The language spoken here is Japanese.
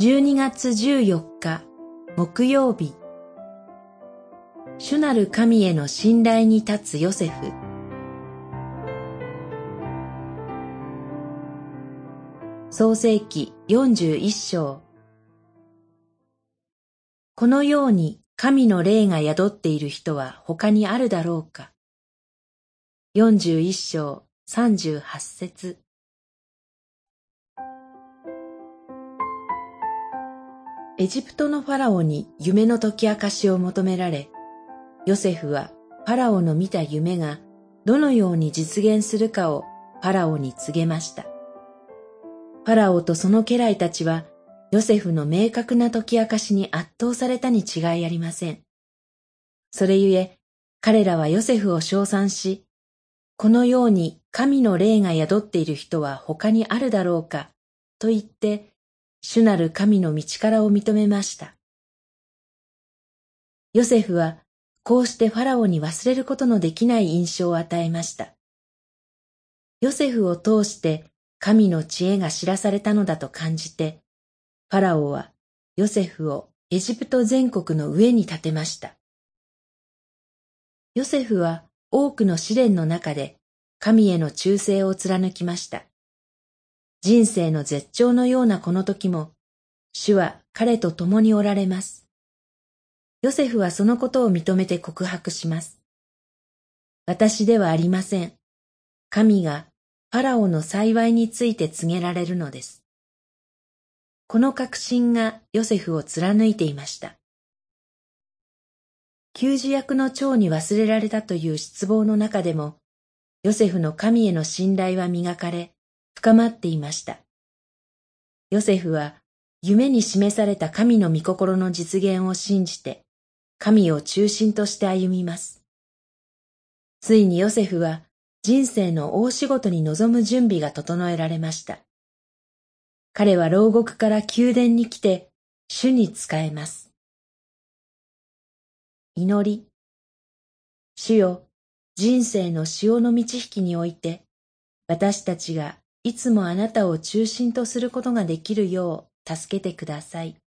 12月14日木曜日。主なる神への信頼に立つヨセフ。創世記41章。このように神の霊が宿っている人は他にあるだろうか。41章38節。エジプトのファラオに夢の解き明かしを求められ、ヨセフはファラオの見た夢がどのように実現するかをファラオに告げました。ファラオとその家来たちはヨセフの明確な解き明かしに圧倒されたに違いありません。それゆえ彼らはヨセフを称賛し、このように神の霊が宿っている人は他にあるだろうかと言って、主なる神の道からを認めました。ヨセフはこうしてファラオに忘れることのできない印象を与えました。ヨセフを通して神の知恵が知らされたのだと感じて、ファラオはヨセフをエジプト全国の上に立てました。ヨセフは多くの試練の中で神への忠誠を貫きました。人生の絶頂のようなこの時も、主は彼と共におられます。ヨセフはそのことを認めて告白します。私ではありません。神がファラオの幸いについて告げられるのです。この確信がヨセフを貫いていました。給仕役の長に忘れられたという失望の中でも、ヨセフの神への信頼は磨かれ、深まっていました。ヨセフは夢に示された神の御心の実現を信じて、神を中心として歩みます。ついにヨセフは人生の大仕事に臨む準備が整えられました。彼は牢獄から宮殿に来て、主に仕えます。祈り。主よ、人生の潮の満ち引きにおいて、私たちがいつもあなたを中心とすることができるよう助けてください。